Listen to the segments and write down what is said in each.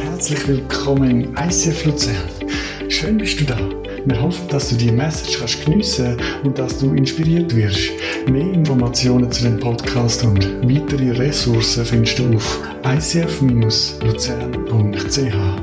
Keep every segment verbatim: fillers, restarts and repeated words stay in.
Herzlich willkommen im I C F Luzern. Schön bist du da. Wir hoffen, dass du die Message kannst geniessen und dass du inspiriert wirst. Mehr Informationen zu dem Podcast und weitere Ressourcen findest du auf i c f dash luzern punkt c h.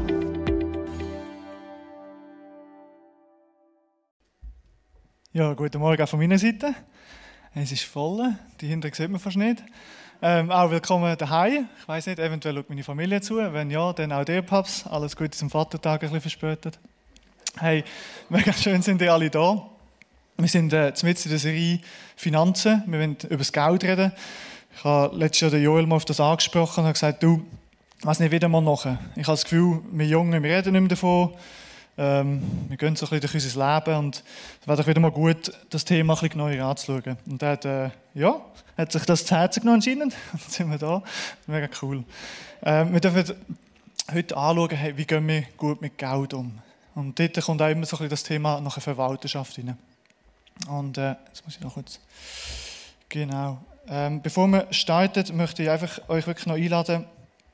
Ja, guten Morgen auch von meiner Seite. Es ist voll, die hinten sieht man fast nicht. Ähm, auch willkommen daheim. Ich weiss nicht, eventuell schaut meine Familie zu. Wenn ja, dann auch dir, Paps. Alles Gute zum Vatertag, ein bisschen verspätet. Hey, mega schön sind ihr alle da. Wir sind äh, mitten in der Serie Finanzen. Wir wollen über das Geld reden. Ich habe letztes Jahr den Joel mal auf das angesprochen und habe gesagt, du, ich weiss nicht, wieder mal nachher. Ich habe das Gefühl, wir Jungen, wir reden nicht mehr davon. Ähm, wir gehen so ein bisschen durch unser Leben und es wäre doch wieder mal gut, das Thema ein bisschen genauer anzuschauen. Und er hat, äh, ja, hat sich das zu Herzen genommen anscheinend. Jetzt sind wir da. Mega cool. Ähm, wir dürfen heute anschauen, hey, wie gehen wir gut mit Geld um. Und dort kommt auch immer so ein bisschen das Thema nach der Verwalterschaft rein. Und äh, jetzt muss ich noch kurz... Genau. Ähm, bevor wir starten, möchte ich einfach euch wirklich noch einladen.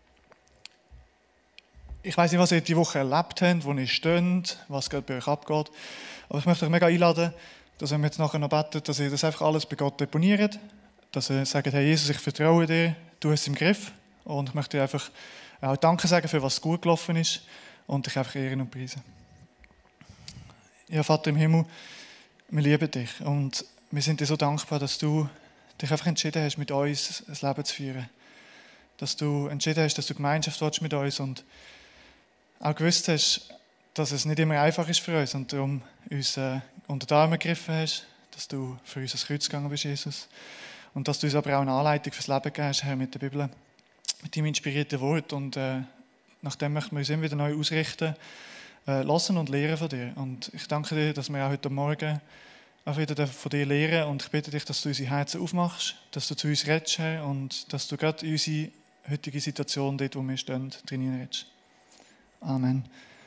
Ich weiss nicht, was ihr diese Woche erlebt habt, wo ihr steht, was gerade bei euch abgeht. Aber ich möchte euch mega einladen, dass wenn wir jetzt nachher noch beten, dass ihr das einfach alles bei Gott deponiert. Dass ihr sagt, hey Jesus, ich vertraue dir, du hast es im Griff. Und ich möchte dir einfach auch Danke sagen für was gut gelaufen ist und dich einfach ehren und preisen. Ja, Vater im Himmel, wir lieben dich und wir sind dir so dankbar, dass du dich einfach entschieden hast, mit uns ein Leben zu führen. Dass du entschieden hast, dass du Gemeinschaft willst mit uns und auch gewusst hast, dass es nicht immer einfach ist für uns und darum uns äh, unter die Arme gegriffen hast, dass du für uns ans Kreuz gegangen bist, Jesus. Und dass du uns aber auch eine Anleitung fürs Leben gegeben hast, Herr, mit der Bibel, mit deinem inspirierten Wort. Und äh, nachdem möchten wir uns immer wieder neu ausrichten, äh, lassen und lernen von dir. Und ich danke dir, dass wir auch heute Morgen auch wieder von dir lernen. Und ich bitte dich, dass du unsere Herzen aufmachst, dass du zu uns redest, Herr, und dass du gerade in unsere heutige Situation, dort wo wir stehen, drin redest. Amen.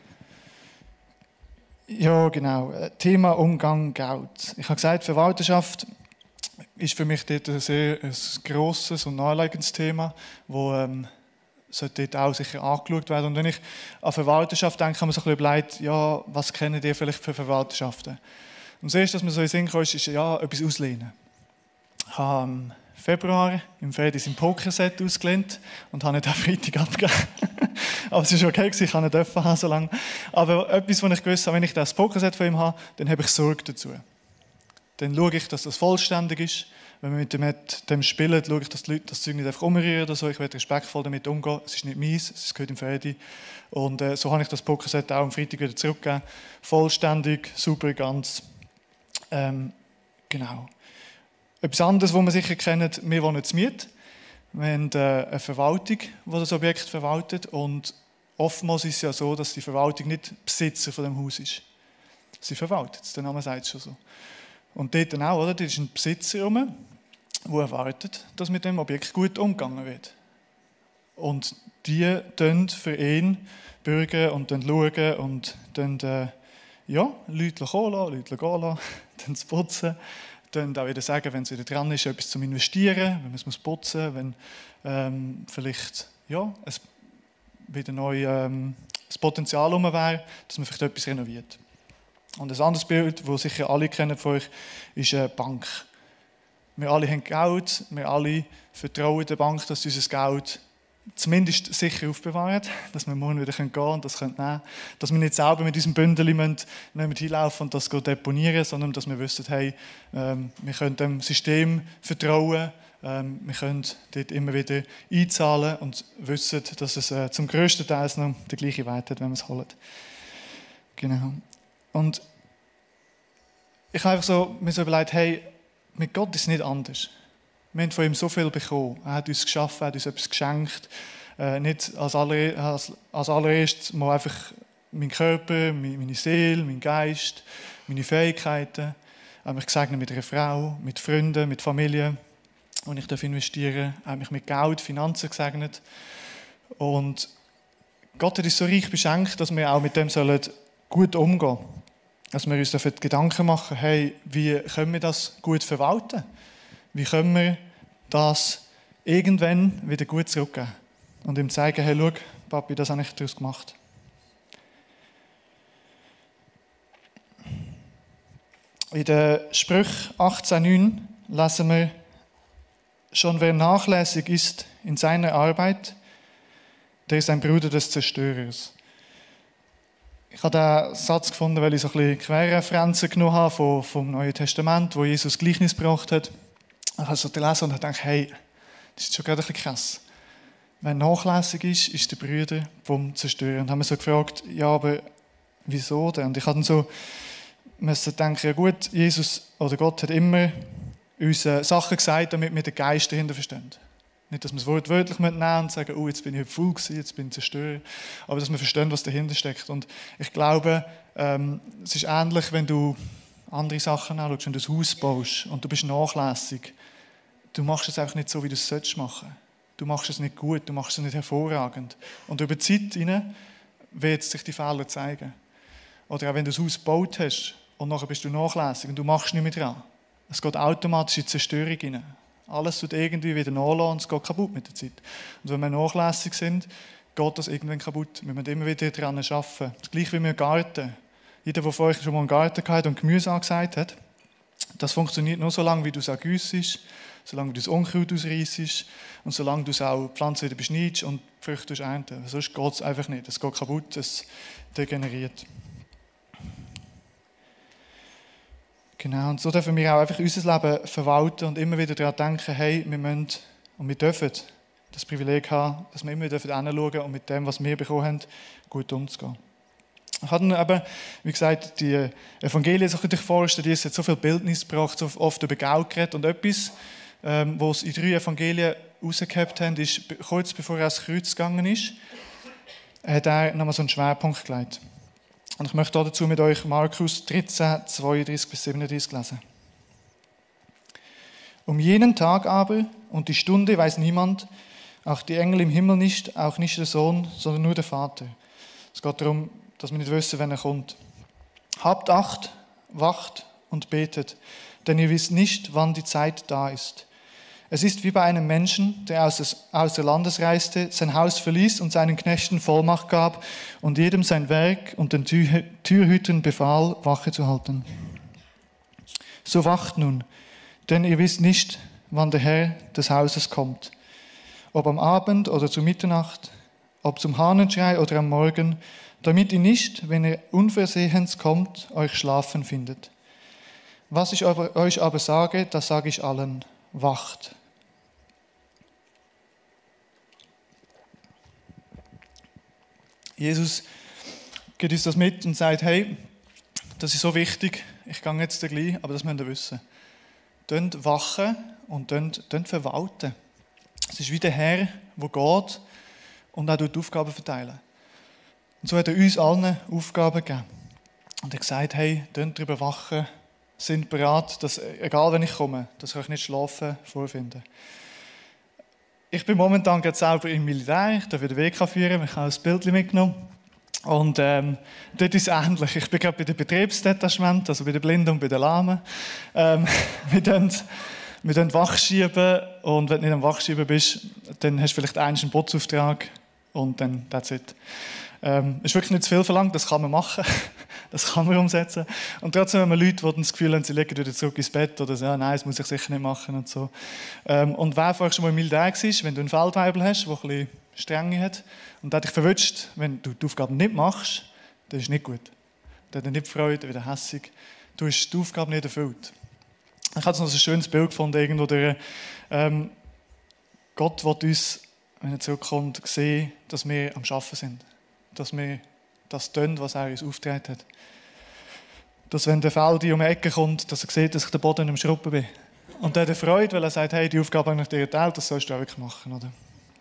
Ja, genau. Thema Umgang Geld. Ich habe gesagt, Verwalterschaft ist für mich dort ein sehr ein grosses und naheliegend Thema, wo ähm, sollte dort auch sicher angeschaut werden. Und wenn ich an Verwalterschaft denke, kann man sich ein bisschen überlegen, ja, was kennen ihr vielleicht für Verwalterschaften? Und das Erste, was mir so in den Sinn kommt, ist ja, etwas auslehnen. Ich habe im Februar im Fedi sein Pokerset ausgelehnt und habe nicht am Freitag abgegeben. Aber es war okay, ich konnte nicht dürfen haben so lange. Aber etwas, was ich gewusst habe, wenn ich das Pokerset von ihm habe, dann habe ich Sorge dazu. Dann schaue ich, dass das vollständig ist. Wenn wir mit dem, mit dem spielen, schaue ich, dass die Leute das Zeug nicht einfach umrühren oder so. Ich werde respektvoll damit umgehen. Es ist nicht meins, es gehört im Fedi. Und äh, so habe ich das Pokerset auch am Freitag wieder zurückgegeben. Vollständig, super, ganz. Ähm, genau. Etwas anderes, was wir sicher kennen, wir wohnen zu Miet. Wir haben äh, eine Verwaltung, die das Objekt verwaltet. Und oftmals ist es ja so, dass die Verwaltung nicht Besitzer von dem Haus ist. Sie verwaltet es, der Name sagt es schon so. Und dort dann auch, oder? Da ist ein Besitzer herum, der erwartet, dass mit dem Objekt gut umgegangen wird. Und die tun für ihn bürgen und dann schauen und dann äh, ja, Leute kommen lassen, Leute gehen lassen, dann zu putzen. Dann auch wieder sagen, wenn es wieder dran ist, etwas zum Investieren, wenn man es putzen muss, wenn ähm, vielleicht ja, es wieder neu ähm, das Potenzial herum wäre, dass man vielleicht etwas renoviert. Und ein anderes Bild, das sicher alle kennen von euch, ist eine Bank. Wir alle haben Geld, wir alle vertrauen der Bank, dass sie unser Geld zumindest sicher aufbewahrt, dass wir morgen wieder gehen können und das nehmen können. Dass wir nicht selber mit diesem Bündel nicht hinlaufen und das deponieren, sondern dass wir wissen, hey, ähm, wir können dem System vertrauen, ähm, wir können dort immer wieder einzahlen und wissen, dass es äh, zum grössten Teil noch den gleichen Wert hat, wenn wir es holen. Genau. Und ich habe einfach so, mir so überlegt, hey, mit Gott ist es nicht anders. Wir haben von ihm so viel bekommen. Er hat uns geschaffen, er hat uns etwas geschenkt. Äh, nicht als, aller, als, als allererstes mal einfach mein Körper, meine Seele, mein Geist, meine Fähigkeiten. Er hat mich gesegnet mit einer Frau, mit Freunden, mit Familie. Und ich darf investieren. Er hat mich mit Geld, Finanzen gesegnet. Und Gott hat uns so reich beschenkt, dass wir auch mit dem gut umgehen sollen. Dass wir uns dafür Gedanken machen, hey, wie können wir das gut verwalten? Wie können wir das irgendwann wieder gut zurückgeben? Und ihm zeigen, hey, schau, Papi, das habe ich daraus gemacht. In der Sprüche achtzehn neun lesen wir, schon wer nachlässig ist in seiner Arbeit, der ist ein Bruder des Zerstörers. Ich habe diesen Satz gefunden, weil ich so ein bisschen Querreferenzen genommen habe vom, vom Neuen Testament, wo Jesus Gleichnis gebracht hat. Ich habe so gelesen und habe gedacht, hey, das ist schon gerade ein bisschen krass. Wer nachlässig ist, ist der Bruder vom Zerstörer. Und haben wir so gefragt, ja, aber wieso denn? Und ich habe dann so müssen denken, ja gut, Jesus oder Gott hat immer uns Sachen gesagt, damit wir den Geist dahinter verstehen. Nicht, dass wir es wortwörtlich nehmen und sagen, oh, jetzt bin ich voll gewesen, jetzt bin ich Zerstörer, aber dass wir verstehen, was dahinter steckt. Und ich glaube, ähm, es ist ähnlich, wenn du andere Sachen anschaust, wenn du ein Haus baust und du bist nachlässig. Du machst es einfach nicht so, wie du es sollst machen. Du machst es nicht gut, du machst es nicht hervorragend. Und über die Zeit hinein wird sich die Fehler zeigen. Oder auch wenn du ein Haus gebaut hast und nachher bist du nachlässig und du machst nicht mehr dran. Es geht automatisch in die Zerstörung hinein. Alles tut irgendwie wieder nachlassen und es geht kaputt mit der Zeit. Und wenn wir nachlässig sind, geht das irgendwann kaputt. Wir müssen immer wieder daran arbeiten. Das gleiche wie mit dem Garten. Jeder, der von euch schon mal einen Garten gehabt und Gemüse angesagt hat, das funktioniert nur so lange, wie du es auch güssest, solange du das Unkraut ausreissest und solange du es auch die Pflanze wieder beschneidest und die Früchte ernten. Sonst geht es einfach nicht. Es geht kaputt, es degeneriert. Genau, und so dürfen wir auch einfach unser Leben verwalten und immer wieder daran denken, hey, wir müssen und wir dürfen das Privileg haben, dass wir immer wieder hinschauen und mit dem, was wir bekommen haben, gut umzugehen. Ich habe dann eben, wie gesagt, die Evangelien so ein bisschen vorgestellt, die hat so viel Bildnis gebracht, so oft über Geld geredet und etwas, ähm, was in drei Evangelien rausgehabt haben, ist, kurz bevor er ans Kreuz gegangen ist, hat er nochmal so einen Schwerpunkt gelegt. Und ich möchte dazu mit euch Markus dreizehn, zweiunddreißig bis siebenunddreißig lesen. Um jenen Tag aber und die Stunde weiß niemand, auch die Engel im Himmel nicht, auch nicht der Sohn, sondern nur der Vater. Es geht darum, dass wir nicht wissen, wenn er kommt. Habt Acht, wacht und betet, denn ihr wisst nicht, wann die Zeit da ist. Es ist wie bei einem Menschen, der außer Landes reiste, sein Haus verließ und seinen Knechten Vollmacht gab und jedem sein Werk und den Türhütern befahl, Wache zu halten. So wacht nun, denn ihr wisst nicht, wann der Herr des Hauses kommt. Ob am Abend oder zu Mitternacht, ob zum Hahnenschrei oder am Morgen, damit ihr nicht, wenn er unversehens kommt, euch schlafen findet. Was ich aber, euch aber sage, das sage ich allen, wacht. Jesus gibt uns das mit und sagt, hey, das ist so wichtig, ich gehe jetzt gleich, aber das müsst ihr wissen. Tönt wachen und tönt verwalten. Es ist wie der Herr, der geht und auch die Aufgaben verteilen. Und so hat er uns allen Aufgaben gegeben. Und er hat gesagt, hey, tönt darüber wachen, sind bereit, dass, egal wenn ich komme, dass ich euch nicht schlafen vorfinden. Ich bin momentan gerade selber im Militär, ich darf den Weg führen, ich habe ein Bild mitgenommen. Und ähm, dort ist es ähnlich. Ich bin gerade bei dem Betriebsdetachement, also bei den Blinden und bei den Lahmen. Ähm, wir tun, wir tun Wachschieben und wenn du nicht am Wachschieben bist, dann hast du vielleicht einen Bootsauftrag und dann that's it. Ähm, ist wirklich nicht zu viel verlangt, das kann man machen, das kann man umsetzen. Und trotzdem haben wir Leute, die das Gefühl haben, sie legen wieder zurück ins Bett oder so, ja, nein, das muss ich sicher nicht machen und so. Ähm, und wer vorher schon mal im Militär war, wenn du einen Feldwebel hast, der ein bisschen Strenge hat und der dich verwünscht, wenn du die Aufgaben nicht machst, dann ist es nicht gut. Dann hat er nicht Freude, wieder hässig. Du hast die Aufgabe nicht erfüllt. Ich habe noch ein schönes Bild gefunden, irgendwo der, ähm, Gott will uns, wenn er zurückkommt, sehen, dass wir am Arbeiten sind. Dass wir das tun, was er uns aufgetragen hat. Dass wenn der Feldi um die Ecke kommt, dass er sieht, dass ich den Boden am Schrubben bin. Und der hat Freude, weil er sagt, hey, die Aufgabe habe ich dir erteilt, das sollst du auch wirklich machen. Oder?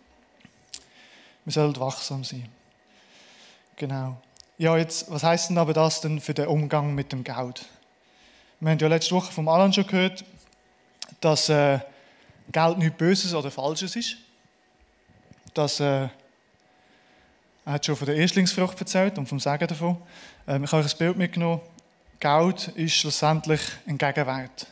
Wir sollen wachsam sein. Genau. Ja, jetzt, was heisst denn aber das denn für den Umgang mit dem Geld? Wir haben ja letzte Woche vom Alan schon gehört, dass äh, Geld nichts Böses oder Falsches ist. Dass äh, Er hat schon von der Erstlingsfrucht erzählt und vom Segen davon. Ähm, ich habe euch ein Bild mitgenommen. Geld ist schlussendlich ein Gegenwert.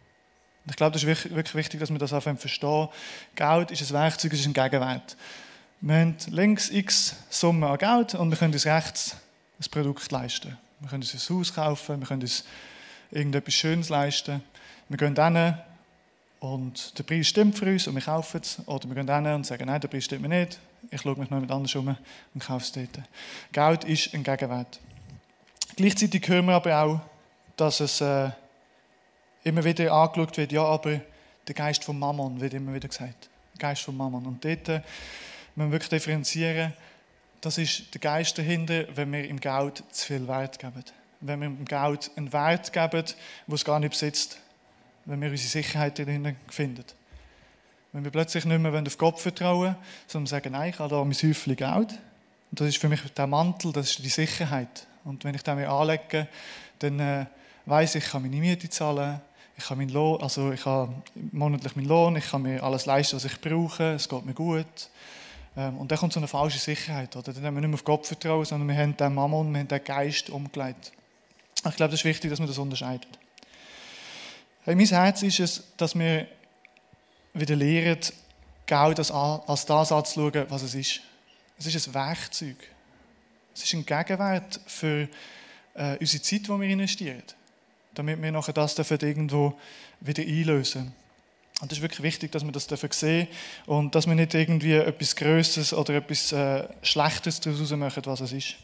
Und ich glaube, das ist wirklich wichtig, dass wir das anfangen zu verstehen. Geld ist ein Werkzeug, es ist ein Gegenwert. Wir haben links x Summe an Geld und wir können uns rechts ein Produkt leisten. Wir können uns ein Haus kaufen, wir können uns irgendetwas Schönes leisten. Wir gehen hin und der Preis stimmt für uns und wir kaufen es. Oder wir gehen hin und sagen, nein, der Preis stimmt mir nicht. Ich schaue mich noch jemand anders um und kaufe es dort. Geld ist ein Gegenwert. Gleichzeitig hören wir aber auch, dass es äh, immer wieder angeschaut wird, ja, aber der Geist von Mammon wird immer wieder gesagt. Der Geist von Mammon. Und dort äh, müssen wir wirklich differenzieren, das ist der Geist dahinter, wenn wir im Geld zu viel Wert geben. Wenn wir im Geld einen Wert geben, den es gar nicht besitzt. Wenn wir unsere Sicherheit dahinter finden. Wenn wir plötzlich nicht mehr auf Gott vertrauen, sondern sagen, nein, ich habe da mein Häufchen Geld. Und das ist für mich der Mantel, das ist die Sicherheit. Und wenn ich den mir anlege, dann äh, weiss ich, ich kann meine Miete zahlen, ich kann meinen Lohn, also ich habe monatlich meinen Lohn, ich kann mir alles leisten, was ich brauche, es geht mir gut. Ähm, und dann kommt so eine falsche Sicherheit. Oder? Dann haben wir nicht mehr auf Gott vertrauen, sondern wir haben den Mammon, wir haben den Geist umgelegt. Ich glaube, das ist wichtig, dass man das unterscheidet. Hey, mein Herz ist es, dass wir wieder lernen, Geld als, als das anzuschauen, was es ist. Es ist ein Werkzeug. Es ist ein Gegenwert für äh, unsere Zeit, die wir investieren. Damit wir nachher das irgendwo wieder einlösen. Und es ist wirklich wichtig, dass wir das sehen und dass wir nicht irgendwie etwas Grösseres oder etwas äh, Schlechtes daraus machen, was es ist.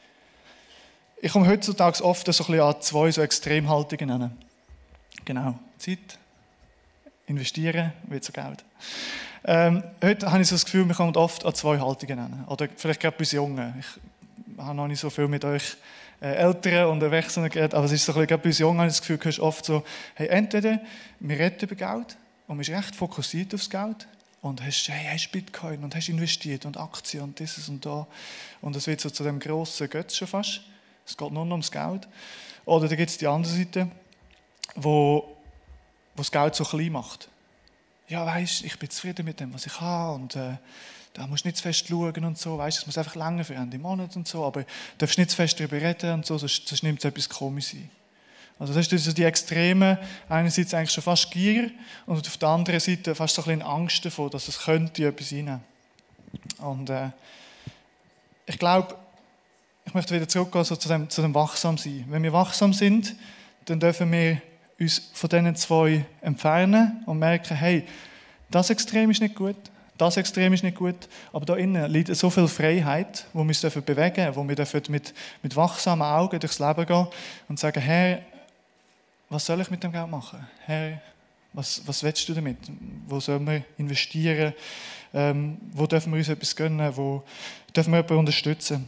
Ich komme heutzutage oft so ein bisschen an zwei so Extremhaltungen hin. Genau, Zeit, investieren, wird so Geld. Ähm, heute habe ich so das Gefühl, wir kommen oft an zwei Haltungen hin. Oder vielleicht gerade bei uns Jungen. Ich habe noch nicht so viel mit euch äh, Älteren und Erwachsenen geredet, aber es ist so ein bisschen, gerade bei uns Jungen habe ich das Gefühl, du hörst oft so, hey, entweder wir reden über Geld und man ist recht fokussiert aufs Geld und hast, hey, hast Bitcoin und hast investiert und Aktien und dieses und da. Und es wird so zu dem grossen Götz schon fast. Es geht nur noch ums Geld. Oder da gibt es die andere Seite, wo, wo das Geld so klein macht. Ja, weisst, ich bin zufrieden mit dem, was ich habe und äh, da musst du nicht zu fest schauen und so, weisst, es muss einfach länger für Ende Monat und so, aber du darfst nicht zu fest darüber reden und so, sonst, sonst nimmt es etwas komisch sein. Also das ist also die Extreme, einerseits eigentlich schon fast Gier und auf der anderen Seite fast so ein bisschen Angst davor, dass es könnte etwas reinnehmen. Und äh, ich glaube, ich möchte wieder zurückgehen so zu dem, zu dem Wachsamsein. Wenn wir wachsam sind, dann dürfen wir uns von diesen zwei entfernen und merken, hey, das Extrem ist nicht gut, das Extrem ist nicht gut, aber da innen liegt so viel Freiheit, wo wir uns bewegen dürfen, wo wir dürfen mit, mit wachsamen Augen durchs Leben gehen und sagen, Herr, was soll ich mit dem Geld machen? Herr, was, was willst du damit? Wo sollen wir investieren? Ähm, wo dürfen wir uns etwas gönnen? Wo dürfen wir jemanden unterstützen?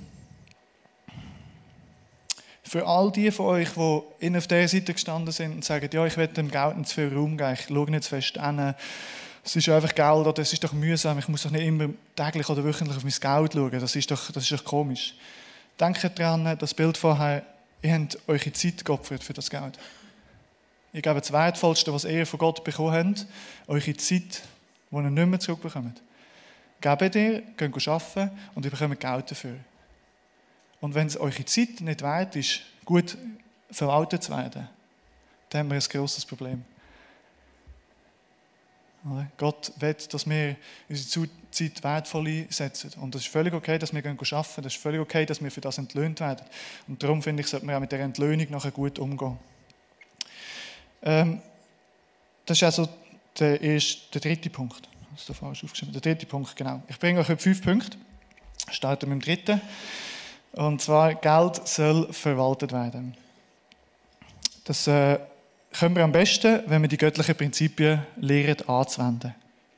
Für all die von euch, die innen auf dieser Seite gestanden sind und sagen, ja, ich will dem Geld nicht zu viel Raum geben, ich schaue nicht zu fest hin, es ist einfach Geld, oder es ist doch mühsam, ich muss doch nicht immer täglich oder wöchentlich auf mein Geld schauen, das ist doch, das ist doch komisch. Denkt daran, das Bild vorher, ihr habt eure Zeit geopfert für das Geld. Ihr gebt das Wertvollste, was ihr von Gott bekommen habt, eure Zeit, die ihr nicht mehr zurückbekommt. Gebt ihr, geht arbeiten und ihr bekommt Geld dafür. Und wenn es eure Zeit nicht wert ist, gut verwaltet zu werden, dann haben wir ein grosses Problem. Gott will, dass wir unsere Zeit wertvoll einsetzen. Und das ist völlig okay, dass wir arbeiten gehen. Das ist völlig okay, dass wir für das entlöhnt werden. Und darum finde ich, sollte man auch mit der Entlöhnung nachher gut umgehen. Ähm, das ist also der, erste, der dritte Punkt. Das ist da falsch aufgeschrieben. Der dritte Punkt, genau. Ich bringe euch heute fünf Punkte. Starten mit dem dritten. Und zwar, Geld soll verwaltet werden. Das äh, können wir am besten, wenn wir die göttlichen Prinzipien lernen anzuwenden.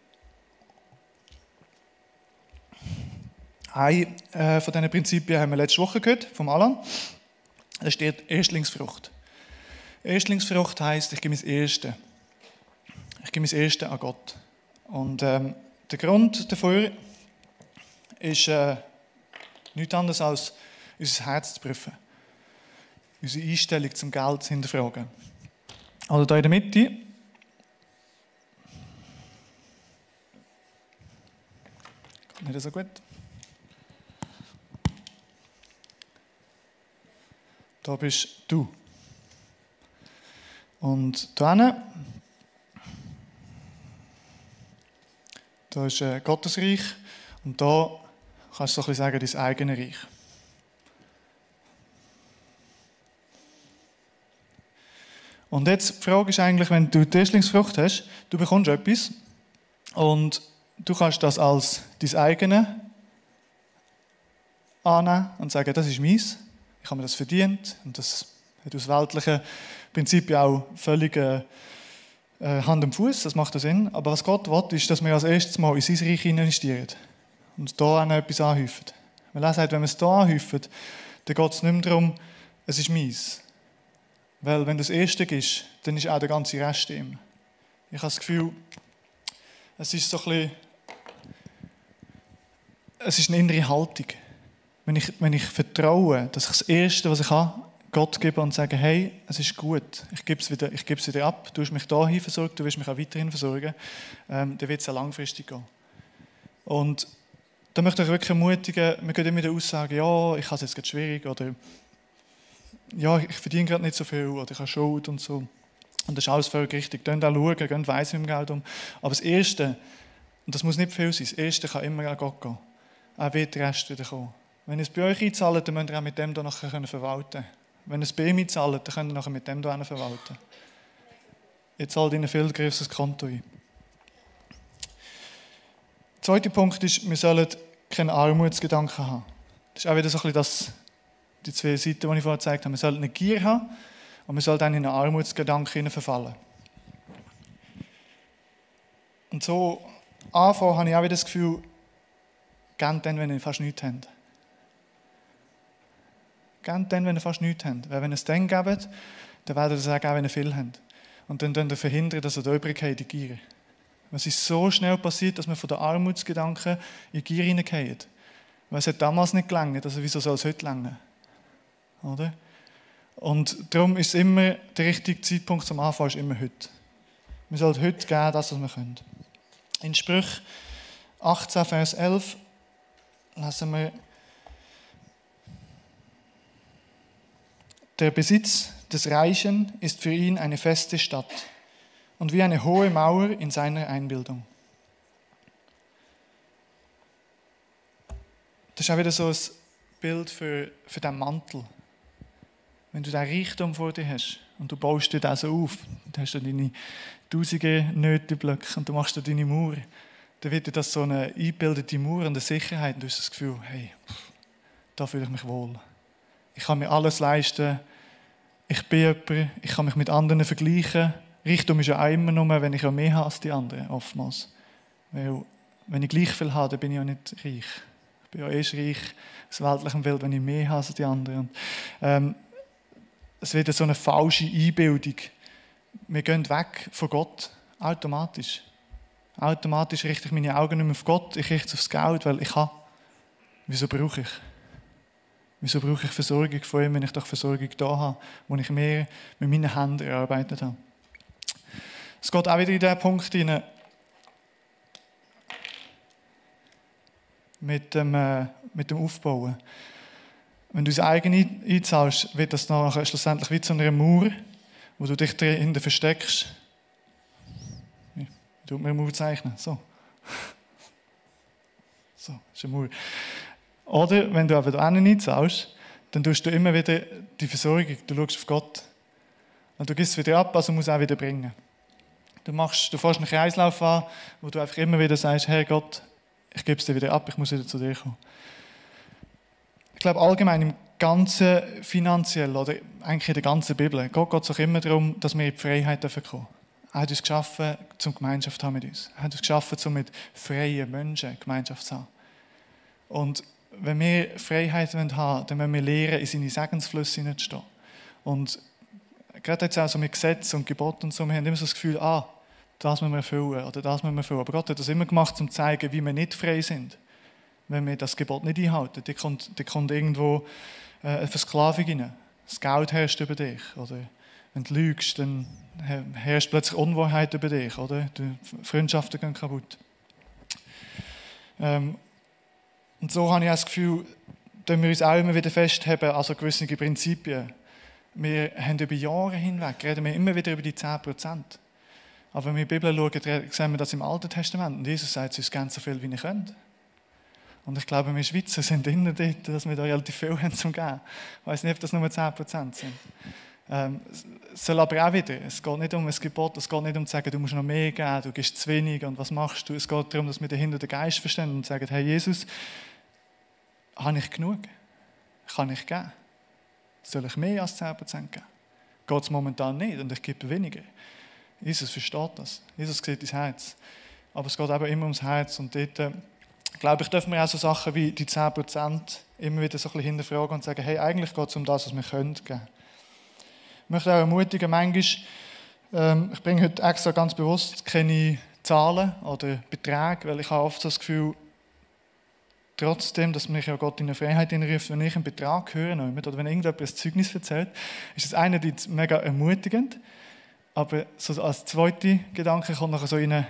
Ein äh, von diesen Prinzipien haben wir letzte Woche gehört, vom Alan. Da steht Erstlingsfrucht. Erstlingsfrucht heisst, ich gebe mein Erste. Ich gebe mein Erste an Gott. Und ähm, der Grund dafür ist äh, nichts anderes als unser Herz zu prüfen. Unsere Einstellung zum Geld zu hinterfragen. Also hier in der Mitte. Geht nicht so gut. Da bist du. Und da hinten, da ist äh, Gottes Reich Und da kannst du so ein bisschen sagen, dein eigenes Reich. Und jetzt die Frage ist eigentlich, wenn du die Erstlingsfrucht hast, du bekommst etwas und du kannst das als dein eigenes annehmen und sagen, das ist meins, ich habe mir das verdient und das hat aus weltlichen Prinzipien auch völlig äh, Hand und Fuß, das macht Sinn. Aber was Gott will, ist, dass wir als erstes mal in sein Reich investieren und da auch etwas anhäufen. Weil er sagt, wenn wir es hier anhäufen, dann geht es nicht mehr darum, es ist meins. Weil wenn du das Erste gibst, dann ist auch der ganze Rest ihm. Ich habe das Gefühl, es ist so ein bisschen, es ist eine innere Haltung. Wenn ich, wenn ich vertraue, dass ich das Erste, was ich habe, Gott gebe und sage, hey, es ist gut, ich gebe es wieder, ich gebe es wieder ab, du hast mich dahin versorgt, du wirst mich auch weiterhin versorgen, ähm, dann wird es auch langfristig gehen. Und da möchte ich wirklich ermutigen, wir können immer wieder aussagen, ja, ich habe es jetzt gerade schwierig oder ja, ich verdiene gerade nicht so viel oder ich habe Schuld und so. Und das ist alles völlig richtig. Geht auch schauen, geht weiss mit dem Geld um. Aber das Erste, und das muss nicht viel sein, das Erste kann immer an Gott gehen. Er wird der Rest wieder kommen. Wenn ihr es bei euch einzahlt, dann müsst ihr auch mit dem hier nachher verwalten. Wenn ihr es bei ihm einzahlt, dann könnt ihr nachher mit dem hier verwalten. Ihr zahlt in ein viel größeres Konto ein. Der zweite Punkt ist, wir sollen keinen Armutsgedanken haben. Das ist auch wieder so ein bisschen das, die zwei Seiten, die ich vorher gezeigt habe. Wir sollten eine Gier haben und wir sollten dann in einen Armutsgedanken verfallen. Und so anfangen habe ich auch wieder das Gefühl, gebt dann, wenn ihr fast nichts habt. Gebt dann, wenn ihr fast nichts habt. Weil wenn ihr es dann gebt, dann werdet ihr es auch geben, wenn ihr viel habt. Und dann könnt ihr verhindern, dass ihr da übrig die Gier. Es ist so schnell passiert, dass wir von den Armutsgedanken in die Gier hineingehen. Weil es hat damals nicht gelangt, also wieso soll es heute gelingen? Oder? Und darum ist immer der richtige Zeitpunkt zum Anfang ist immer heute. Wir sollten heute geben, das, was wir können. In Sprüche achtzehn, Vers elf lesen wir: Der Besitz des Reichen ist für ihn eine feste Stadt und wie eine hohe Mauer in seiner Einbildung. Das ist auch wieder so ein Bild für, für den Mantel. Wenn du diesen Reichtum vor dir hast und du baust dir das so auf, dann hast du deine tausende Nöteblöcke und du machst dir deine Mauer, dann wird dir das so eine eingebildete Mauer und eine Sicherheit und du hast das Gefühl, hey, da fühle ich mich wohl. Ich kann mir alles leisten, ich bin jemand, ich kann mich mit anderen vergleichen. Reichtum ist ja auch immer nur, wenn ich ja mehr habe als die anderen, oftmals. Weil, wenn ich gleich viel habe, dann bin ich ja nicht reich. Ich bin ja erst reich aus weltlichem Bild, wenn ich mehr habe als die anderen. Und, ähm, es wird so eine falsche Einbildung. Wir gehen weg von Gott, automatisch. Automatisch richte ich meine Augen nicht mehr auf Gott, ich richte es aufs Geld, weil ich habe. Wieso brauche ich? Wieso brauche ich Versorgung von ihm, wenn ich doch Versorgung da habe, wo ich mehr mit meinen Händen erarbeitet habe? Es geht auch wieder in diesen Punkt hinein, mit dem, äh, mit dem Aufbauen. Wenn du das eigene einzahlst, wird das nachher schlussendlich wie zu einer Mauer, wo du dich dahinter versteckst. Wie tut man eine Mauer zeichnen? So. So, das ist eine Mauer. Oder wenn du aber da hinten einzahlst, dann tust du immer wieder die Versorgung, du schaust auf Gott. Und du gibst es wieder ab, also musst du auch wieder bringen. Du, machst, du fährst einen Kreislauf an, wo du einfach immer wieder sagst, Herr Gott, ich gebe es dir wieder ab, ich muss wieder zu dir kommen. Ich glaube allgemein im ganzen finanziell oder eigentlich in der ganzen Bibel, Gott geht es auch immer darum, dass wir in die Freiheit kommen dürfen. Er hat uns geschaffen, um Gemeinschaft zu haben mit uns. Er hat uns geschaffen, um mit freien Menschen Gemeinschaft zu haben. Und wenn wir Freiheit haben wollen, dann müssen wir lernen, in seine Segensflüsse hineinzustehen. Und gerade jetzt auch so mit Gesetzen und Geboten und so, wir haben immer so das Gefühl, ah, das müssen wir erfüllen oder das müssen wir erfüllen. Aber Gott hat das immer gemacht, um zu zeigen, wie wir nicht frei sind. Wenn wir das Gebot nicht einhalten, dann kommt, dann kommt irgendwo äh, eine Versklavung rein. Das Geld herrscht über dich. Oder wenn du lügst, dann herrscht plötzlich Unwahrheit über dich. Oder? Die Freundschaften gehen kaputt. Ähm, und so habe ich auch das Gefühl, dass wir uns auch immer wieder festhalten, also gewisse Prinzipien. Wir haben über Jahre hinweg, reden wir immer wieder über die zehn Prozent. Aber wenn wir in die Bibel schauen, sehen wir das im Alten Testament. Und Jesus sagt, es ist ganz so viel, wie ihr könnt. Und ich glaube, wir Schweizer sind immer dort, dass wir da relativ viel haben zum Geben. Ich weiss nicht, ob das nur zehn Prozent sind. Ähm, es soll aber auch wieder, es geht nicht um ein Gebot, es geht nicht um zu sagen, du musst noch mehr geben, du gibst zu wenig und was machst du. Es geht darum, dass wir dahinter den Geist verstehen und sagen, hey Jesus, habe ich genug? Kann ich geben? Soll ich mehr als zehn Prozent geben? Geht es momentan nicht und ich gebe weniger. Jesus versteht das. Jesus sieht dein Herz. Aber es geht eben immer ums Herz und dort, äh, glaube ich, dürfen wir auch so Sachen wie die zehn Prozent immer wieder so ein bisschen hinterfragen und sagen, hey, eigentlich geht es um das, was wir können geben. Ich möchte auch ermutigen, manchmal, ähm, ich bringe heute extra ganz bewusst keine Zahlen oder Beträge, weil ich habe oft das Gefühl, trotzdem, dass mich ja Gott in eine Freiheit hineinruft, wenn ich einen Betrag höre oder wenn irgendjemand ein Zeugnis erzählt, ist das einerseits mega ermutigend, aber so als zweiter Gedanke kommt nachher so rein,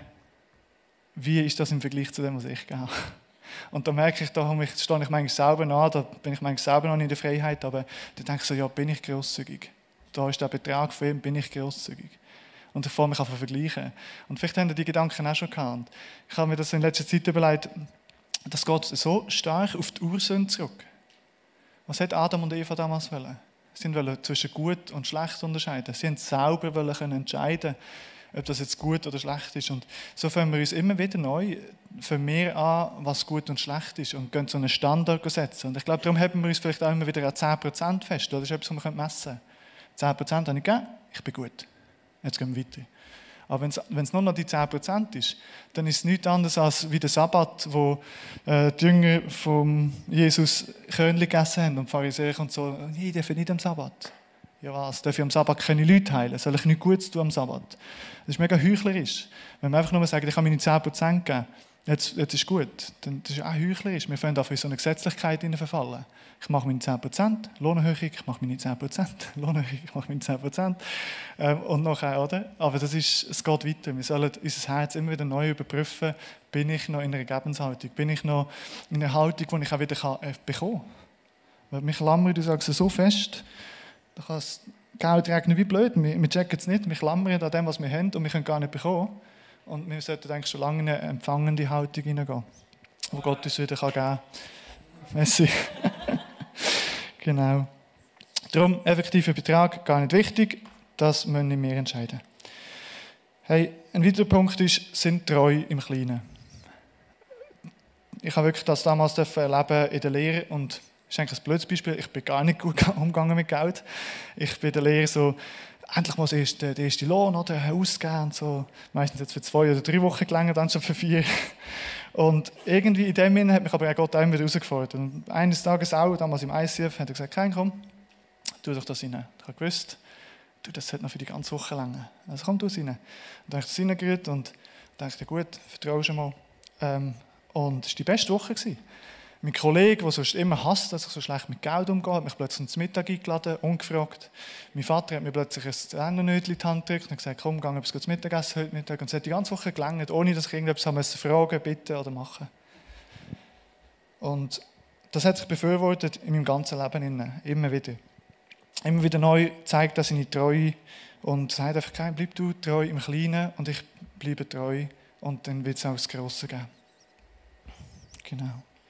wie ist das im Vergleich zu dem, was ich gehe? Und da merke ich, da stehe ich manchmal selber nach, da bin ich manchmal selber noch nicht in der Freiheit, aber da denke ich so, ja, bin ich grosszügig? Da ist der Betrag von ihm, bin ich grosszügig? Und ich fange mich an zu vergleichen. Und vielleicht haben die Gedanken auch schon gehabt. Ich habe mir das in letzter Zeit überlegt, das geht so stark auf die Ursünde zurück. Was hat Adam und Eva damals wollen? Sie wollten zwischen gut und schlecht unterscheiden. Sie wollten selber entscheiden, ob das jetzt gut oder schlecht ist. Und so fangen wir uns immer wieder neu für mehr an, was gut und schlecht ist und gehen so einen Standard setzen. Und ich glaube, darum haben wir uns vielleicht auch immer wieder an zehn Prozent fest. Das ist etwas, was wir messen können. zehn Prozent habe ich gegeben, ich bin gut. Jetzt gehen wir weiter. Aber wenn es nur noch die zehn Prozent ist, dann ist es nichts anderes als wie der Sabbat, wo äh, die Jünger von Jesus Körnchen gegessen haben und die Pharisäer und so, ich darf nicht am Sabbat. Ja was, darf ich am Sabbat keine Leute heilen? Soll ich nichts Gutes tun am Sabbat? Das ist mega heuchlerisch. Wenn wir einfach nur sagen, ich habe meine zehn Prozent gegeben, jetzt, jetzt ist gut, dann das ist auch heuchlerisch. Wir fangen einfach in so eine Gesetzlichkeit verfallen. Ich mache meine zehn Prozent Lohnerhöhung, ich mache meine zehn Prozent Lohnerhöhung, ich mache meine zehn Prozent ähm, und nachher, oder? Aber das ist, es geht weiter. Wir sollen unser Herz immer wieder neu überprüfen, bin ich noch in einer Gebenshaltung, bin ich noch in einer Haltung, die ich auch wieder kann, äh, bekommen kann. Weil mich klammert, du sagst so fest, da kann das Geld regnen wie blöd, wir, wir checken es nicht, wir klammern an dem, was wir haben und wir können gar nicht bekommen. Und wir sollten eigentlich schon lange in eine empfangende Haltung hineingehen, wo Gott uns wieder geben kann. Merci. Genau. Darum, effektiver Betrag, gar nicht wichtig, das müssen nicht mehr entscheiden. Hey, ein weiterer Punkt ist, sind treu im Kleinen. Ich habe wirklich das damals erleben in der Lehre und das ist eigentlich ein blödes Beispiel, ich bin gar nicht gut umgegangen mit Geld. Ich bin in der Lehre so, endlich muss erst der erste Lohn oder, ausgeben und so. Meistens jetzt für zwei oder drei Wochen gelangt, dann schon für vier. Und irgendwie in dem Sinne hat mich aber auch Gott auch immer herausgefordert. Und eines Tages auch, damals im I C F, hat er gesagt, kein komm, tu doch das rein. Ich habe gewusst, du, das sollte noch für die ganze Woche länger. Also komm, tu es rein. Und dann habe ich das reingerührt und dachte, gut, vertraue schon mal. Ähm, und es war die beste Woche gewesen. Mein Kollege, der sonst immer hasst, dass ich so schlecht mit Geld umgehe, hat mich plötzlich zum Mittag eingeladen, ungefragt. Mein Vater hat mir plötzlich ein Ländernnötchen in die Hand gedrückt und gesagt, komm, geh etwas zum Mittagessen heute Mittag. Und es hat die ganze Woche gelangt, ohne dass ich irgendetwas haben musste fragen, bitten oder machen. Und das hat sich befürwortet in meinem ganzen Leben, immer wieder. Immer wieder neu zeigt das seine Treue und sagt einfach, bleib du treu im Kleinen und ich bleibe treu und dann wird es auch das Grosse geben. Genau.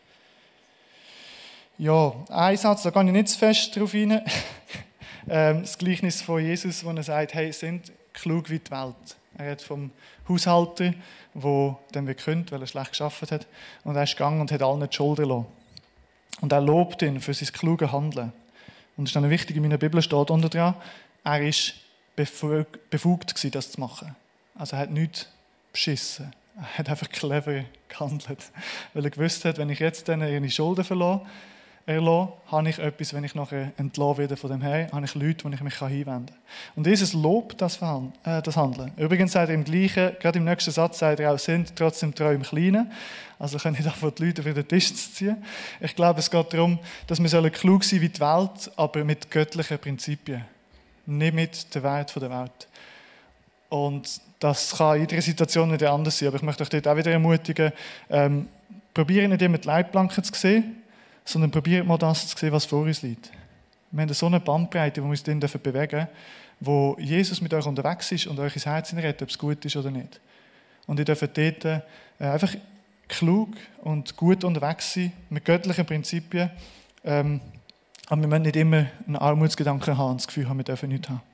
Ja, ein Satz, da gehe ich nicht zu fest drauf rein. Das Gleichnis von Jesus, wo er sagt, hey, sind klug wie die Welt. Er hat vom Haushalter, der dann gekündigt, weil er schlecht gearbeitet hat, und er ist gegangen und hat allen die Schulden gelassen. Und er lobt ihn für sein kluges Handeln. Und es ist dann wichtig, in meiner Bibel steht unter dran, er war befugt gewesen, das zu machen. Also er hat nichts beschissen. Er hat einfach clever gehandelt. Weil er gewusst hat, wenn ich jetzt dann ihre Schulden verlasse, erlasse, habe ich etwas, wenn ich nachher entlasse wieder von dem her, habe ich Leute, die ich mich hinwenden kann. Und Jesus lobt das, äh, das Handeln. Übrigens sagt er im Gleichen, gerade im nächsten Satz sagt er auch, sind trotzdem treu im Kleinen. Also können nicht einfach die Leute für den Tisch zu ziehen. Ich glaube, es geht darum, dass wir klug sein wie die Welt, aber mit göttlichen Prinzipien. Nicht mit dem Wert der Welt. Und das kann in jeder Situation nicht anders sein. Aber ich möchte euch dort auch wieder ermutigen, ähm, probiert nicht immer die Leitplanken zu sehen, sondern probiert mal das zu sehen, was vor uns liegt. Wir haben so eine Bandbreite, wo wir uns dann bewegen dürfen, wo Jesus mit euch unterwegs ist und euch ins Herz hineinredet, ob es gut ist oder nicht. Und ihr dürft dort äh, einfach klug und gut unterwegs sein, mit göttlichen Prinzipien. Ähm, aber wir müssen nicht immer einen Armutsgedanken haben und das Gefühl haben, wir dürfen nichts haben.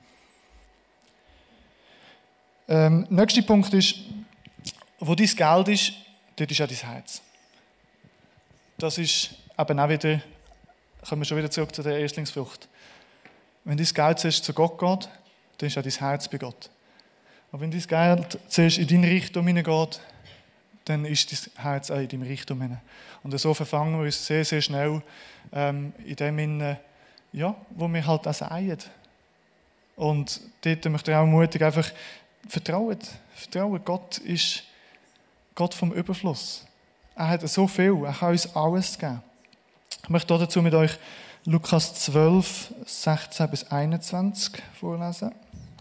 Ähm, der nächste Punkt ist, wo dein Geld ist, dort ist auch dein Herz. Das ist eben auch wieder, kommen wir schon wieder zurück zu der Erstlingsfrucht. Wenn dein Geld zuerst zu Gott geht, dann ist auch dein Herz bei Gott. Aber wenn dein Geld zuerst in dein Reichtum hineingeht, dann ist dein Herz auch in deinem Reichtum hinein. Und so verfangen wir uns sehr, sehr schnell ähm, in dem hinein, ja, wo wir halt auch säen. Und dort möchte ich auch mutig einfach vertrauen. Vertrauen, Gott ist Gott vom Überfluss. Er hat so viel, er kann uns alles geben. Ich möchte dazu mit euch Lukas zwölf, sechzehn bis einundzwanzig vorlesen.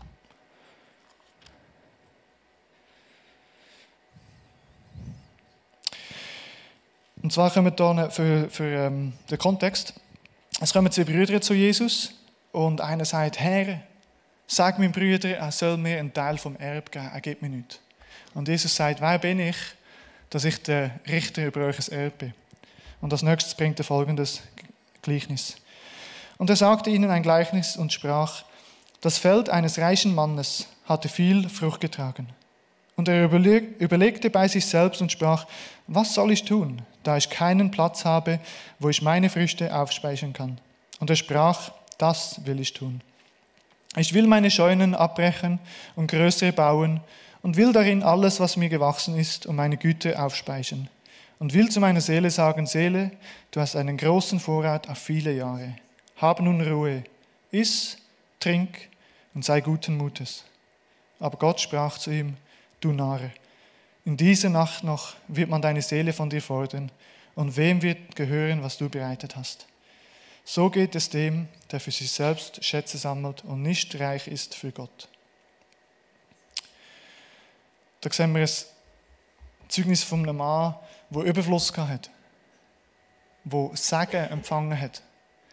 Und zwar kommen wir hier für, für ähm, den Kontext. Es kommen zwei Brüder zu Jesus und einer sagt, Herr, sag meinem Bruder, er soll mir einen Teil vom Erbe geben, er gibt mir nichts. Und Jesus sagt, wer bin ich, dass ich der Richter über euch Erbe bin? Und als nächstes bringt er folgendes Gleichnis. Und er sagte ihnen ein Gleichnis und sprach, das Feld eines reichen Mannes hatte viel Frucht getragen. Und er überlegte bei sich selbst und sprach, was soll ich tun, da ich keinen Platz habe, wo ich meine Früchte aufspeichern kann? Und er sprach, das will ich tun. Ich will meine Scheunen abbrechen und größere bauen und will darin alles, was mir gewachsen ist, um meine Güter aufspeichern. Und will zu meiner Seele sagen, Seele, du hast einen großen Vorrat auf viele Jahre. Hab nun Ruhe, iss, trink und sei guten Mutes. Aber Gott sprach zu ihm, du Narr, in dieser Nacht noch wird man deine Seele von dir fordern, und wem wird gehören, was du bereitet hast? So geht es dem, der für sich selbst Schätze sammelt und nicht reich ist für Gott. Da sehen wir ein Zeugnis von einem Mann, der Überfluss hatte, der Segen empfangen hat.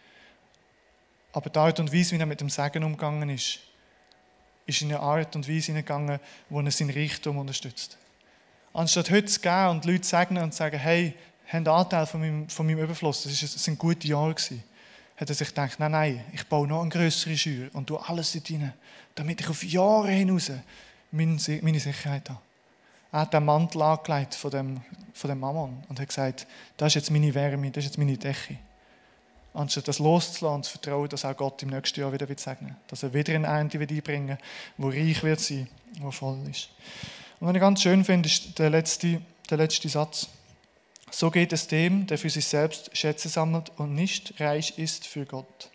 Aber die Art und Weise, wie er mit dem Segen umgegangen ist, ist in eine Art und Weise hineingegangen, wo er seinen Reichtum unterstützt. Anstatt heute zu gehen und die Leute zu segnen und zu sagen, hey, habt Anteil von meinem, von meinem Überfluss, das, ist, das sind gute Jahre gewesen, hat er sich gedacht, nein, nein, ich baue noch eine grössere Schür und tue alles dort rein, damit ich auf Jahre hinaus meine Sicherheit habe. Er hat den Mantel angelegt von dem, von dem Mammon und hat gesagt, das ist jetzt meine Wärme, das ist jetzt meine Decke. Anstatt das loszulassen und zu vertrauen, dass auch Gott im nächsten Jahr wieder segnen wird. Dass er wieder eine Ernte einbringen wird, die reich wird sein, die voll ist. Und was ich ganz schön finde, ist der letzte, der letzte Satz. So geht es dem, der für sich selbst Schätze sammelt und nicht reich ist für Gott.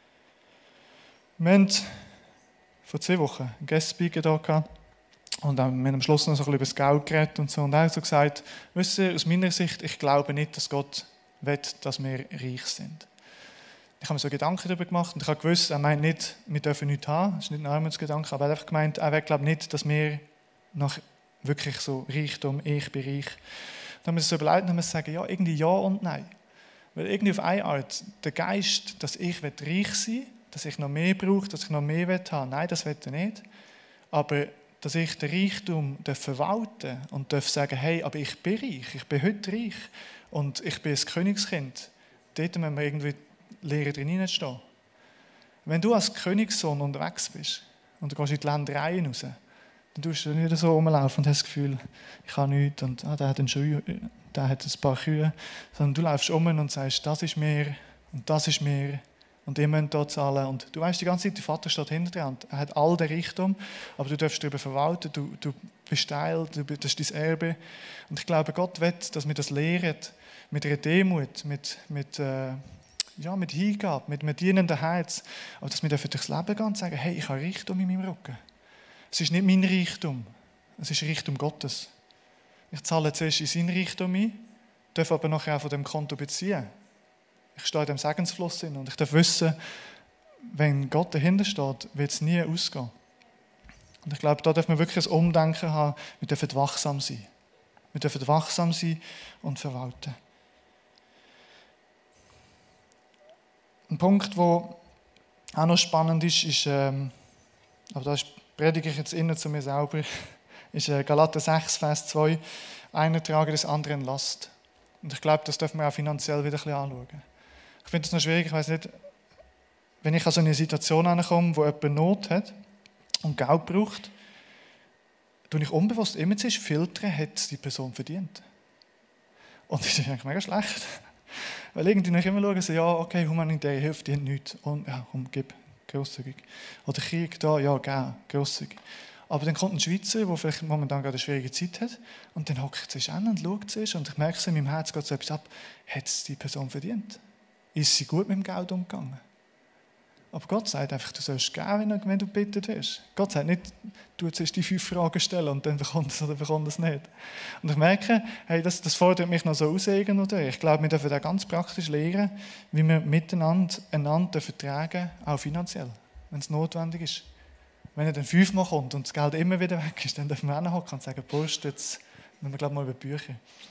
Wir haben vor zwei Wochen einen Guest-Speaker hier gehabt. Und dann mit am Schluss noch so ein bisschen über das Geld geredet und so. Und er hat so gesagt, wisst ihr, aus meiner Sicht, ich glaube nicht, dass Gott will, dass wir reich sind. Ich habe mir so Gedanken darüber gemacht und ich habe gewusst, er meint nicht, wir dürfen nichts haben, das ist nicht ein Armutsgedanke, aber er hat einfach gemeint, er will glaube nicht, dass wir nach wirklich so Reichtum, ich bin reich. Dann haben wir uns so überlegt und haben wir sagen, ja, irgendwie ja und nein. Weil irgendwie auf eine Art, der Geist, dass ich reich sein will, dass ich noch mehr brauche, dass ich noch mehr haben will, nein, das will er nicht. Aber dass ich den Reichtum verwalten und sagen, hey, aber ich bin reich, ich bin heute reich und ich bin ein Königskind. Dort müssen wir irgendwie lernen, drin hineinstehen. Wenn du als Königssohn unterwegs bist und du gehst in die Ländereien raus, dann tust du nicht so rumlaufen und hast das Gefühl, ich habe nichts und ah, der hat einen Schuh, der hat ein paar Kühe, sondern du läufst um und sagst, das ist mir und das ist mir. Und ihr müsst hier zahlen. Und du weißt die ganze Zeit, der Vater steht hinter dir und er hat all den Reichtum, aber du darfst darüber verwalten, du, du bist Teil, du, das ist dein Erbe. Und ich glaube, Gott will, dass wir das lehren, mit einer Demut, mit, mit, äh, ja, mit Hingabe, mit einem dienenden Herz. Aber dass wir durchs Leben gehen und sagen, hey, ich habe Reichtum in meinem Rücken. Es ist nicht mein Reichtum, es ist Reichtum Gottes. Ich zahle zuerst in sein Reichtum ein, darf aber nachher auch von dem Konto beziehen. Ich stehe in dem Segensfluss hin und ich darf wissen, wenn Gott dahinter steht, wird es nie ausgehen. Und ich glaube, da darf man wirklich ein Umdenken haben, wir dürfen wachsam sein. Wir dürfen wachsam sein und verwalten. Ein Punkt, der auch noch spannend ist, ist, ähm, aber da predige ich jetzt innen zu mir selber, ist Galater sechs, Vers zwei. Einer trage des anderen Last. Und ich glaube, das dürfen wir auch finanziell wieder ein bisschen anschauen. Ich finde es noch schwierig, ich weiß nicht, wenn ich an so eine Situation ankomme, wo jemand Not hat und Geld braucht, tue ich unbewusst immer zuerst filtern, hat die Person verdient. Und das ist eigentlich mega schlecht. Weil irgendwie noch immer schauen, so, ja, okay, humanitäre Hilfe, die haben nichts. Und ja, komm, gib, grosszügig. Oder Krieg da, ja, gell, grosszügig. Aber dann kommt ein Schweizer, der vielleicht momentan gerade eine schwierige Zeit hat, und dann hockt sich an und schaut sich und ich merke, in meinem Herz geht so etwas ab, hat es die Person verdient? Ist sie gut mit dem Geld umgegangen? Aber Gott sagt einfach, du sollst geben, wenn du gebeten wirst. Gott sagt nicht, du jetzt die fünf Fragen stellen und dann bekommt es oder bekommt es nicht. Und ich merke, hey, das, das fordert mich noch so aus. Ich glaube, wir dürfen da ganz praktisch lernen, wie wir miteinander einander vertragen, auch finanziell, wenn es notwendig ist. Wenn er dann fünfmal kommt und das Geld immer wieder weg ist, dann dürfen wir hinhocken und sagen, Prost, jetzt müssen wir glaube mal über die Bücher.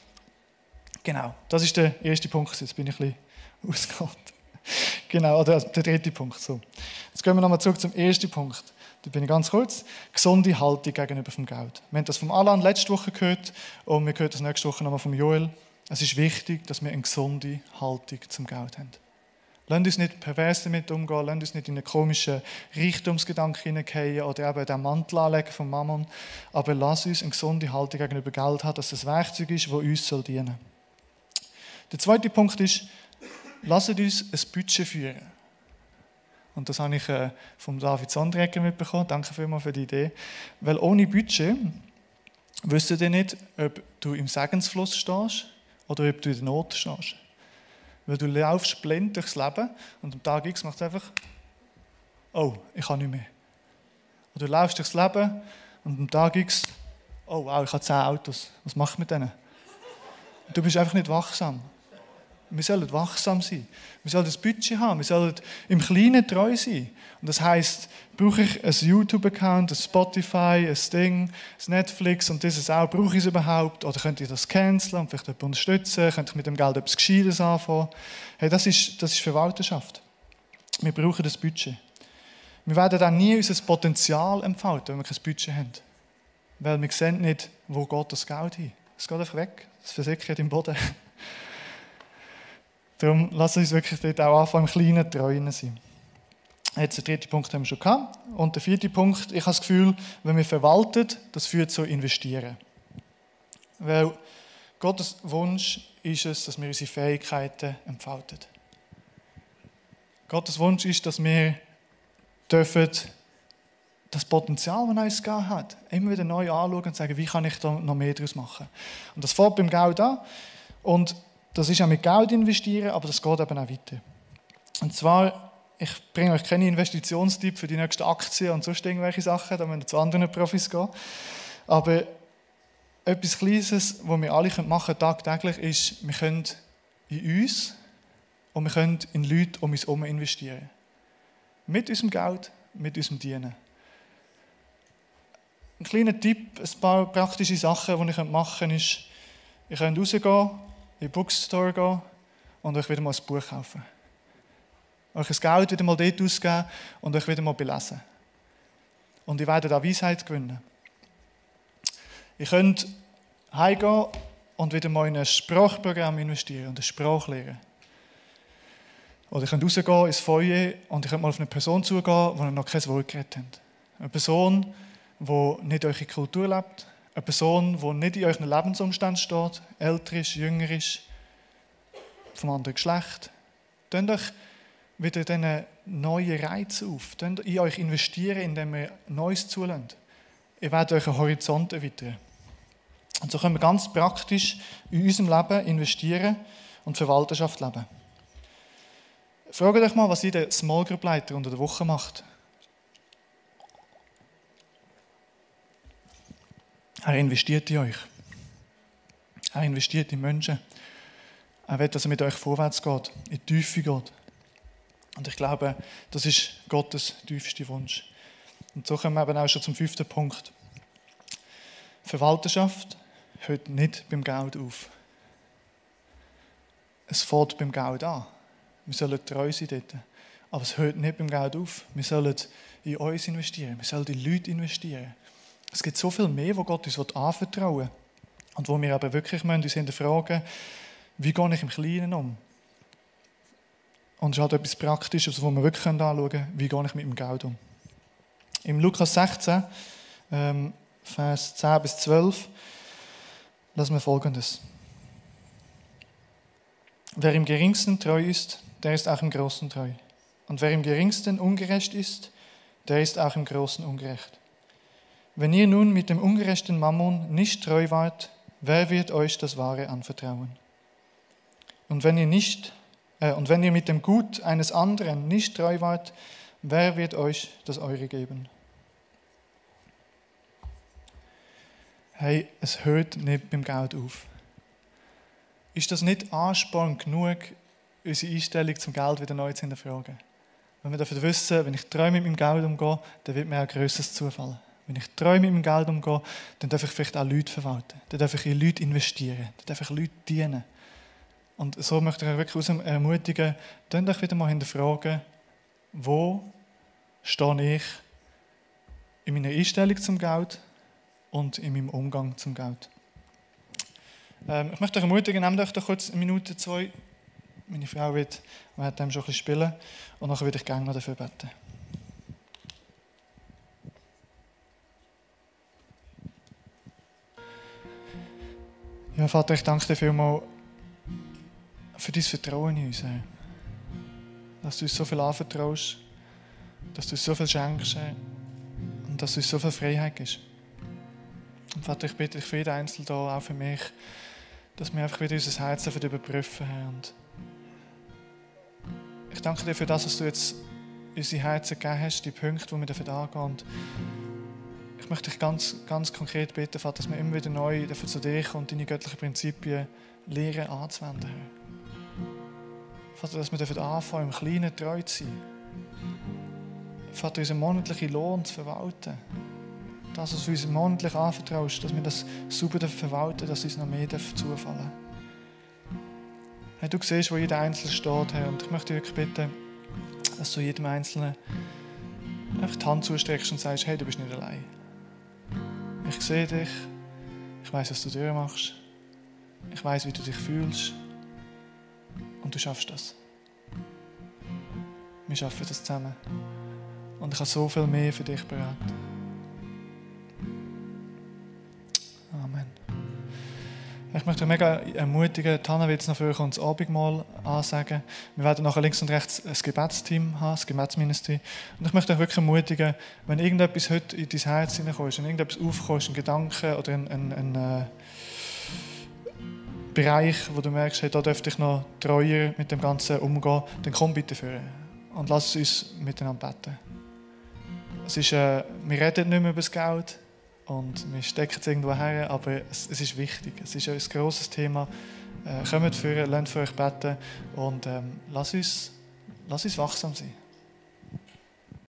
Genau, das ist der erste Punkt. Jetzt bin ich ein bisschen ausgeholt. Genau, oder der dritte Punkt. So. Jetzt gehen wir nochmal zurück zum ersten Punkt. Da bin ich ganz kurz. Gesunde Haltung gegenüber dem Geld. Wir haben das vom Alan letzte Woche gehört und wir hören das nächste Woche nochmal vom Joel. Es ist wichtig, dass wir eine gesunde Haltung zum Geld haben. Lasst uns nicht pervers damit umgehen, lasst uns nicht in einen komischen Reichtumsgedanken hineingehen oder eben den Mantel anlegen vom Mammon, aber lasst uns eine gesunde Haltung gegenüber Geld haben, dass das Werkzeug ist, das uns dienen soll. Der zweite Punkt ist, lasst uns ein Budget führen. Und das habe ich äh, von David Sondrecker mitbekommen. Danke vielmals für die Idee. Weil ohne Budget wisst ihr nicht, ob du im Segensfluss stehst oder ob du in der Not stehst. Weil du laufst blind durchs Leben und am Tag X macht es einfach, oh, ich kann nicht mehr. Oder du laufst durchs Leben und am Tag X, oh wow, ich habe zehn Autos. Was mache ich mit denen? Du bist einfach nicht wachsam. Wir sollen wachsam sein. Wir sollen das Budget haben. Wir sollen im Kleinen treu sein. Und das heisst, brauche ich ein YouTube-Account, ein Spotify, ein Ding, ein Netflix und dieses auch, brauche ich es überhaupt? Oder könnte ich das canceln und vielleicht jemanden unterstützen? Könnte ich mit dem Geld etwas Gescheites anfangen? Hey, das ist, das ist Verwalterschaft. Wir brauchen das Budget. Wir werden dann nie unser Potenzial entfalten, wenn wir kein Budget haben. Weil wir sehen nicht, wo geht das Geld hin. Es geht einfach weg. Es versickert im Boden. Darum lass uns wirklich dort auch anfangen, im Kleinen treu sein. Jetzt den dritten Punkt haben wir schon gehabt. Und der vierte Punkt, ich habe das Gefühl, wenn wir verwalten, das führt zu Investieren. Weil Gottes Wunsch ist es, dass wir unsere Fähigkeiten entfalten. Gottes Wunsch ist, dass wir dürfen das Potenzial, das er uns gegeben hat, immer wieder neu anschauen und sagen, wie kann ich da noch mehr daraus machen. Und das fängt beim Geld an. Und das ist auch mit Geld investieren, aber das geht eben auch weiter. Und zwar, ich bringe euch keine Investitionstipps für die nächsten Aktien und sonst irgendwelche Sachen, da müssen wir zu anderen Profis gehen. Aber etwas Kleines, was wir alle machen können, tagtäglich, ist, wir können in uns und wir können in Leute um uns herum investieren. Mit unserem Geld, mit unserem Dienen. Ein kleiner Tipp, ein paar praktische Sachen, die ich machen könnte, ist, ihr könnt rausgehen, in den Bookstore gehen und euch wieder mal ein Buch kaufen. Euch das Geld wieder mal dort ausgeben und euch wieder mal belesen. Und ihr werdet auch Weisheit gewinnen. Ihr könnt heimgehen und wieder mal in ein Sprachprogramm investieren und eine Sprache lernen. Oder ihr könnt rausgehen ins Foyer und ihr könnt mal auf eine Person zugehen, die noch kein Wort geredet hat. Eine Person, die nicht eure Kultur lebt. Eine Person, die nicht in euren Lebensumständen steht, älter ist, jünger ist, vom anderen Geschlecht. Tönt euch wieder diesen neuen Reiz auf. Tönt in euch investieren, indem ihr Neues zulässt. Ihr werdet euren Horizont erweitern. Und so können wir ganz praktisch in unserem Leben investieren und Verwalterschaft leben. Fragt euch mal, was jeder Small Group Leiter unter der Woche macht. Er investiert in euch. Er investiert in Menschen. Er will, dass er mit euch vorwärts geht, in die Tiefe geht. Und ich glaube, das ist Gottes tiefster Wunsch. Und so kommen wir eben auch schon zum fünften Punkt. Verwalterschaft hört nicht beim Geld auf. Es fängt beim Geld an. Wir sollen treu sein dort. Aber es hört nicht beim Geld auf. Wir sollen in uns investieren. Wir sollen in Leute investieren. Es gibt so viel mehr, wo Gott uns anvertrauen will. Und wo wir aber wirklich müssen, uns hinterfragen, wie gehe ich im Kleinen um? Und es ist halt etwas Praktisches, wo wir wirklich anschauen können, wie gehe ich mit dem Geld um. Im Lukas sechzehn, ähm, Vers zehn bis zwölf, lassen wir Folgendes. Wer im Geringsten treu ist, der ist auch im Großen treu. Und wer im Geringsten ungerecht ist, der ist auch im Großen ungerecht. Wenn ihr nun mit dem ungerechten Mammon nicht treu wart, wer wird euch das Wahre anvertrauen? Und wenn ihr nicht, äh, und wenn ihr mit dem Gut eines anderen nicht treu wart, wer wird euch das Eure geben? Hey, es hört nicht beim Geld auf. Ist das nicht Ansporn genug, unsere Einstellung zum Geld wieder neu zu hinterfragen? Wenn wir dafür wissen, wenn ich treu mit meinem Geld umgehe, dann wird mir auch Größeres zufallen. Wenn ich treu mit meinem Geld umgehe, dann darf ich vielleicht auch Leute verwalten. Dann darf ich in Leute investieren. Dann darf ich Leute dienen. Und so möchte ich euch wirklich ermutigen, dann euch wieder mal hinterfragen, wo stehe ich in meiner Einstellung zum Geld und in meinem Umgang zum Geld. Ähm, ich möchte euch ermutigen, nehmt euch doch kurz eine Minute, zwei. Meine Frau wird während dem schon ein bisschen spielen und nachher würde ich gerne noch dafür beten. Ja, Vater, ich danke dir vielmals für dein Vertrauen in uns. Herr. Dass du uns so viel anvertraust, dass du uns so viel schenkst, Herr, und dass du uns so viel Freiheit gibst. Und Vater, ich bitte dich für jeden Einzelnen da, auch für mich, dass wir einfach wieder unser Herz dafür überprüfen, Herr. Und ich danke dir für das, was du jetzt unsere Herzen gegeben hast, die Punkte, die wir dafür angehen. Und ich möchte dich ganz, ganz konkret bitten, Vater, dass wir immer wieder neu dafür zu dir und deine göttlichen Prinzipien lernen anzuwenden. Vater, dass wir dafür anfangen, im Kleinen treu zu sein. Vater, unseren monatlichen Lohn zu verwalten. Das, was du uns monatlich anvertraust, dass wir das sauber verwalten, dass uns noch mehr zufallen darf. Hey, du siehst, wo jeder Einzelne steht, Herr, und ich möchte dich wirklich bitten, dass du jedem Einzelnen einfach die Hand zustreckst und sagst, hey, du bist nicht allein. Ich sehe dich, ich weiß, was du durchmachst, ich weiß, wie du dich fühlst und du schaffst das. Wir schaffen das zusammen und ich habe so viel mehr für dich bereit. Amen. Ich möchte euch mega ermutigen, Hanna wird jetzt noch für uns das Abendmahl ansagen. Wir werden nachher links und rechts ein Gebetsteam haben, das Gebetsministry. Und ich möchte euch wirklich ermutigen, wenn irgendetwas heute in dein Herz hineinkommt, wenn irgendetwas aufkommt, ein Gedanke oder ein, ein, ein äh, Bereich, wo du merkst, hey, da dürfte ich noch treuer mit dem Ganzen umgehen, dann komm bitte führen und lass uns miteinander beten. Es ist, äh, wir reden nicht mehr über das Geld. Und wir stecken es irgendwo her, aber es, es ist wichtig. Es ist ein grosses Thema. Äh, kommt führen, lernt für euch beten und ähm, lasst uns, lasst uns wachsam sein.